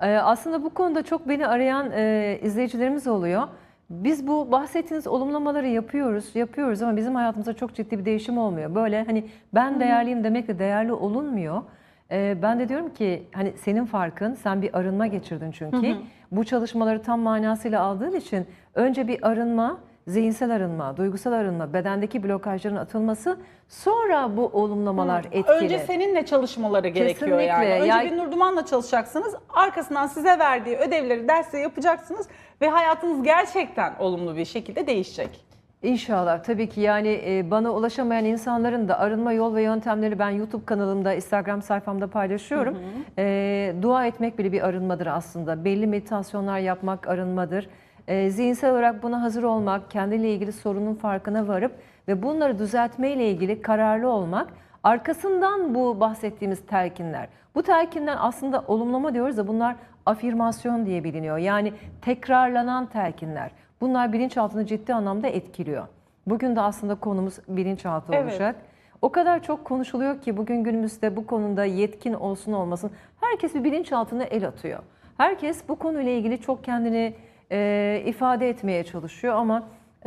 Aslında bu konuda çok beni arayan izleyicilerimiz oluyor. Biz bu bahsettiğiniz olumlamaları yapıyoruz ama bizim hayatımızda çok ciddi bir değişim olmuyor. Böyle hani ben değerliyim demekle değerli olunmuyor. Ben de diyorum ki hani senin farkın, sen bir arınma geçirdin çünkü. Bu çalışmaları tam manasıyla aldığın için önce bir arınma, zihinsel arınma, duygusal arınma, bedendeki blokajların atılması, sonra bu olumlamalar etkili. Önce seninle çalışmaları gerekiyor Kesinlikle. yani. Önce bir Nurduman'la çalışacaksınız. Arkasından size verdiği ödevleri, dersleri yapacaksınız ve hayatınız gerçekten olumlu bir şekilde değişecek. İnşallah tabii ki yani bana ulaşamayan insanların da arınma yol ve yöntemleri ben YouTube kanalımda, Instagram sayfamda paylaşıyorum. Dua etmek bile bir arınmadır aslında. Belli meditasyonlar yapmak arınmadır. Zihinsel olarak buna hazır olmak, kendiyle ilgili sorunun farkına varıp ve bunları düzeltmeyle ilgili kararlı olmak. Arkasından bu bahsettiğimiz telkinler. Bu telkinler aslında olumlama diyoruz da bunlar afirmasyon diye biliniyor. Yani tekrarlanan telkinler. Bunlar bilinçaltını ciddi anlamda etkiliyor. Bugün de aslında konumuz bilinçaltı olacak. O kadar çok konuşuluyor ki bugün günümüzde bu konuda yetkin olsun olmasın herkes bir bilinçaltına el atıyor. Herkes bu konuyla ilgili çok kendini ifade etmeye çalışıyor ama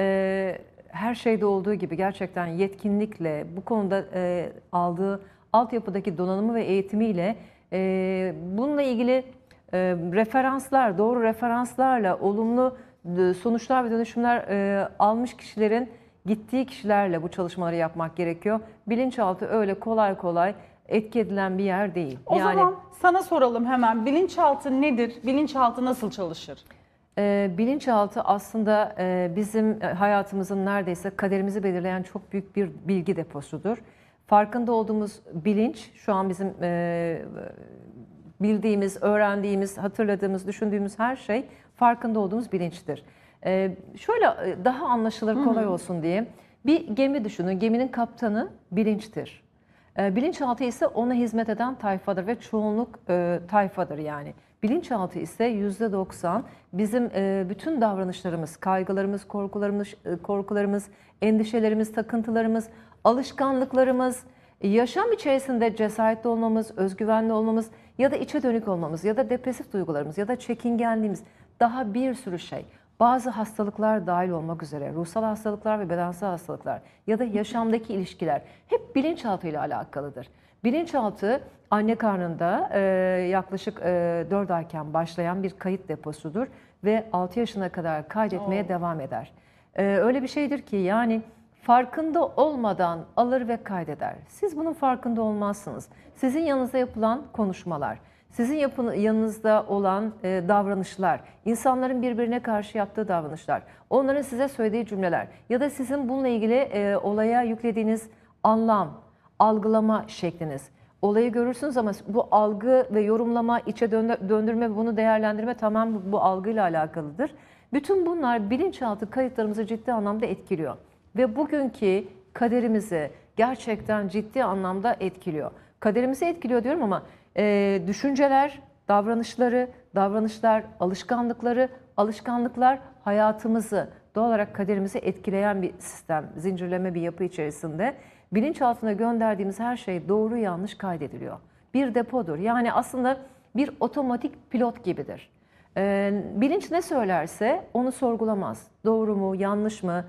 her şeyde olduğu gibi gerçekten yetkinlikle bu konuda aldığı altyapıdaki donanımı ve eğitimiyle bununla ilgili referanslar, doğru referanslarla olumlu sonuçlar ve dönüşümler almış kişilerin gittiği kişilerle bu çalışmaları yapmak gerekiyor. Bilinçaltı öyle kolay kolay etki edilen bir yer değil. O zaman sana soralım hemen. Bilinçaltı nedir? Bilinçaltı nasıl çalışır? Bilinçaltı aslında bizim hayatımızın neredeyse kaderimizi belirleyen çok büyük bir bilgi deposudur. Farkında olduğumuz bilinç şu an bizim bildiğimiz, öğrendiğimiz, hatırladığımız, düşündüğümüz her şey farkında olduğumuz bilinçtir. Şöyle daha anlaşılır, kolay olsun diye bir gemi düşünün. Geminin kaptanı bilinçtir. Bilinçaltı ise ona hizmet eden tayfadır ve çoğunluk tayfadır yani. Bilinçaltı ise %90 bizim bütün davranışlarımız, kaygılarımız, korkularımız, endişelerimiz, takıntılarımız, alışkanlıklarımız, yaşam içerisinde cesaretli olmamız, özgüvenli olmamız ya da içe dönük olmamız ya da depresif duygularımız ya da çekingenliğimiz, daha bir sürü şey. Bazı hastalıklar dahil olmak üzere ruhsal hastalıklar ve bedensel hastalıklar ya da yaşamdaki ilişkiler hep bilinçaltıyla alakalıdır. Bilinçaltı anne karnında yaklaşık 4 ayken başlayan bir kayıt deposudur ve 6 yaşına kadar kaydetmeye devam eder. Öyle bir şeydir ki yani farkında olmadan alır ve kaydeder. Siz bunun farkında olmazsınız. Sizin yanınızda yapılan konuşmalar, sizin yanınızda olan davranışlar, insanların birbirine karşı yaptığı davranışlar, onların size söylediği cümleler ya da sizin bununla ilgili olaya yüklediğiniz anlam, algılama şekliniz. Olayı görürsünüz ama bu algı ve yorumlama, içe döndürme, bunu değerlendirme tamam bu algıyla alakalıdır. Bütün bunlar bilinçaltı kayıtlarımızı ciddi anlamda etkiliyor. Ve bugünkü kaderimizi gerçekten ciddi anlamda etkiliyor. Kaderimizi etkiliyor diyorum ama düşünceler, davranışlar, alışkanlıklar hayatımızı, doğal olarak kaderimizi etkileyen bir sistem, zincirleme bir yapı içerisinde. Bilinçaltına gönderdiğimiz her şey doğru yanlış kaydediliyor. Bir depodur. Yani aslında bir otomatik pilot gibidir. Bilinç ne söylerse onu sorgulamaz. Doğru mu, yanlış mı?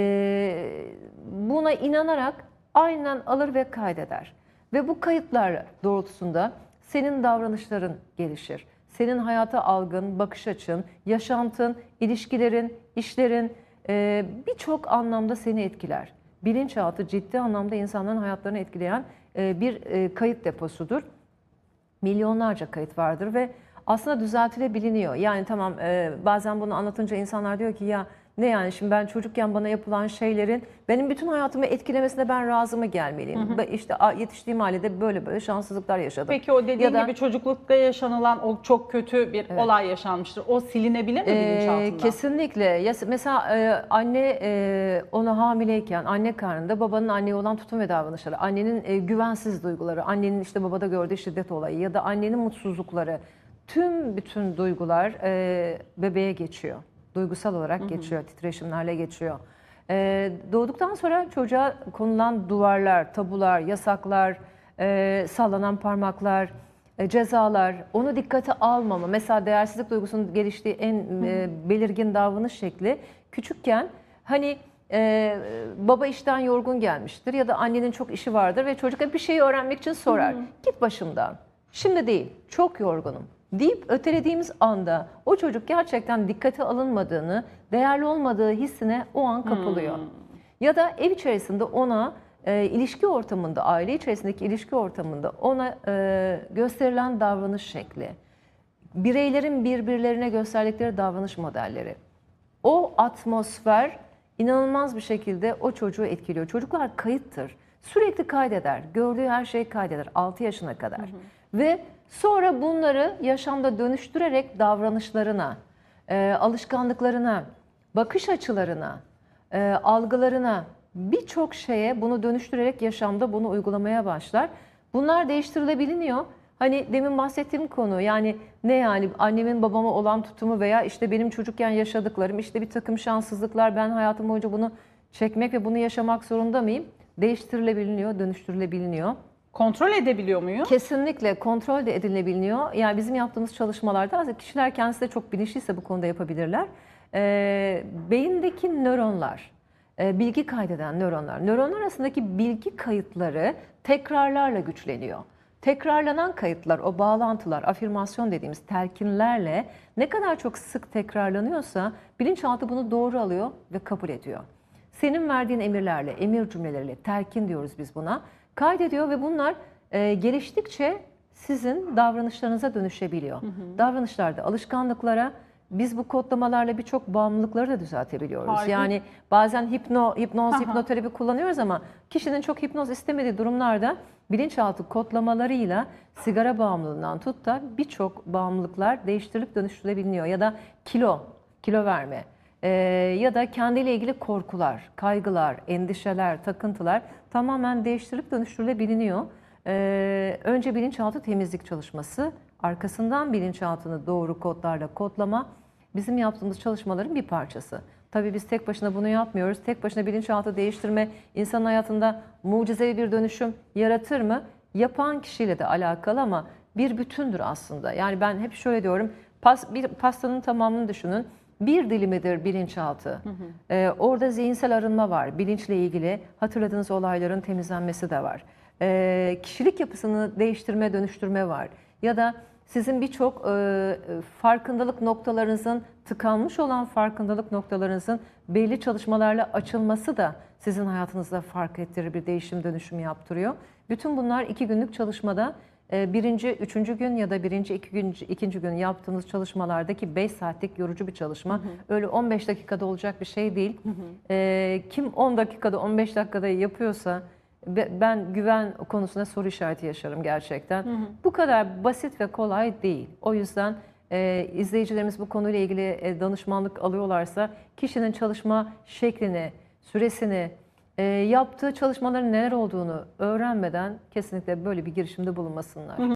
Buna inanarak aynen alır ve kaydeder. Ve bu kayıtlar doğrultusunda senin davranışların gelişir. Senin hayata algın, bakış açın, yaşantın, ilişkilerin, işlerin birçok anlamda seni etkiler. Bilinçaltı ciddi anlamda insanların hayatlarını etkileyen bir kayıt deposudur. Milyonlarca kayıt vardır ve aslında düzeltilebiliniyor. Yani tamam bazen bunu anlatınca insanlar diyor ki ya ne yani şimdi ben çocukken bana yapılan şeylerin benim bütün hayatımı etkilemesine ben razı mı gelmeliyim? İşte yetiştiğim ailede böyle şanssızlıklar yaşadım. Peki o dediğin gibi çocuklukta yaşanılan o çok kötü bir olay yaşanmıştır. O silinebilir mi bilinçaltından? Kesinlikle. Mesela anne ona hamileyken anne karnında babanın anneye olan tutum ve davranışları, annenin güvensiz duyguları, annenin işte babada gördüğü şiddet olayı ya da annenin mutsuzlukları, bütün duygular bebeğe geçiyor. Duygusal olarak geçiyor, titreşimlerle geçiyor. Doğduktan sonra çocuğa konulan duvarlar, tabular, yasaklar, sallanan parmaklar, cezalar, onu dikkate almama. Mesela değersizlik duygusunun geliştiği en belirgin davranış şekli küçükken hani baba işten yorgun gelmiştir ya da annenin çok işi vardır ve çocuk bir şeyi öğrenmek için sorar. Git başımdan. Şimdi değil, çok yorgunum deyip ötelediğimiz anda o çocuk gerçekten dikkate alınmadığını, değerli olmadığı hissine o an kapılıyor. Ya da ev içerisinde ona ilişki ortamında, aile içerisindeki ilişki ortamında ona gösterilen davranış şekli, bireylerin birbirlerine gösterdikleri davranış modelleri, o atmosfer inanılmaz bir şekilde o çocuğu etkiliyor. Çocuklar kayıttır. Sürekli kaydeder. Gördüğü her şeyi kaydeder 6 yaşına kadar. Ve sonra bunları yaşamda dönüştürerek davranışlarına, alışkanlıklarına, bakış açılarına, algılarına, birçok şeye bunu dönüştürerek yaşamda bunu uygulamaya başlar. Bunlar değiştirilebiliyor. Hani demin bahsettiğim konu, yani ne, yani annemin babama olan tutumu veya işte benim çocukken yaşadıklarım, işte bir takım şanssızlıklar, ben hayatım boyunca bunu çekmek ve bunu yaşamak zorunda mıyım? Değiştirilebiliyor, dönüştürülebiliyor. Kontrol edebiliyor muyum? Kesinlikle kontrol de edilebiliyor. Yani bizim yaptığımız çalışmalarda aslında kişiler kendisi de çok bilinçliyse bu konuda yapabilirler. Beyindeki nöronlar, bilgi kaydeden nöronlar arasındaki bilgi kayıtları tekrarlarla güçleniyor. Tekrarlanan kayıtlar, o bağlantılar, afirmasyon dediğimiz telkinlerle ne kadar çok sık tekrarlanıyorsa bilinçaltı bunu doğru alıyor ve kabul ediyor. Senin verdiğin emirlerle, emir cümleleriyle, telkin diyoruz biz buna, kaydediyor ve bunlar geliştikçe sizin davranışlarınıza dönüşebiliyor. Davranışlarda alışkanlıklara, biz bu kodlamalarla birçok bağımlılıkları da düzeltebiliyoruz. Harika. Yani bazen hipnoz, hipnoterapi kullanıyoruz ama kişinin çok hipnoz istemediği durumlarda bilinçaltı kodlamalarıyla sigara bağımlılığından tut da birçok bağımlılıklar değiştirilip dönüştürülebiliyor. Ya da kilo verme ya da kendiyle ilgili korkular, kaygılar, endişeler, takıntılar tamamen değiştirilip dönüştürülebiliyor. Önce bilinçaltı temizlik çalışması, arkasından bilinçaltını doğru kodlarla kodlama bizim yaptığımız çalışmaların bir parçası. Tabii biz tek başına bunu yapmıyoruz. Tek başına bilinçaltı değiştirme insanın hayatında mucizevi bir dönüşüm yaratır mı? Yapan kişiyle de alakalı ama bir bütündür aslında. Yani ben hep şöyle diyorum, bir pastanın tamamını düşünün. Bir dilimidir bilinçaltı. Orada zihinsel arınma var. Bilinçle ilgili hatırladığınız olayların temizlenmesi de var. Kişilik yapısını değiştirme, dönüştürme var. Ya da sizin birçok farkındalık noktalarınızın, tıkanmış olan farkındalık noktalarınızın belli çalışmalarla açılması da sizin hayatınızda fark ettirir, bir değişim, dönüşüm yaptırıyor. Bütün bunlar 2 günlük çalışmada birinci, 3. gün ya da birinci, 2. gün yaptığımız çalışmalardaki 5 saatlik yorucu bir çalışma. Öyle 15 dakikada olacak bir şey değil. Kim 10 dakikada, 15 dakikada yapıyorsa, ben güven konusunda soru işareti yaşarım gerçekten. Bu kadar basit ve kolay değil. O yüzden izleyicilerimiz bu konuyla ilgili danışmanlık alıyorlarsa kişinin çalışma şeklini, süresini, yaptığı çalışmaların neler olduğunu öğrenmeden kesinlikle böyle bir girişimde bulunmasınlar.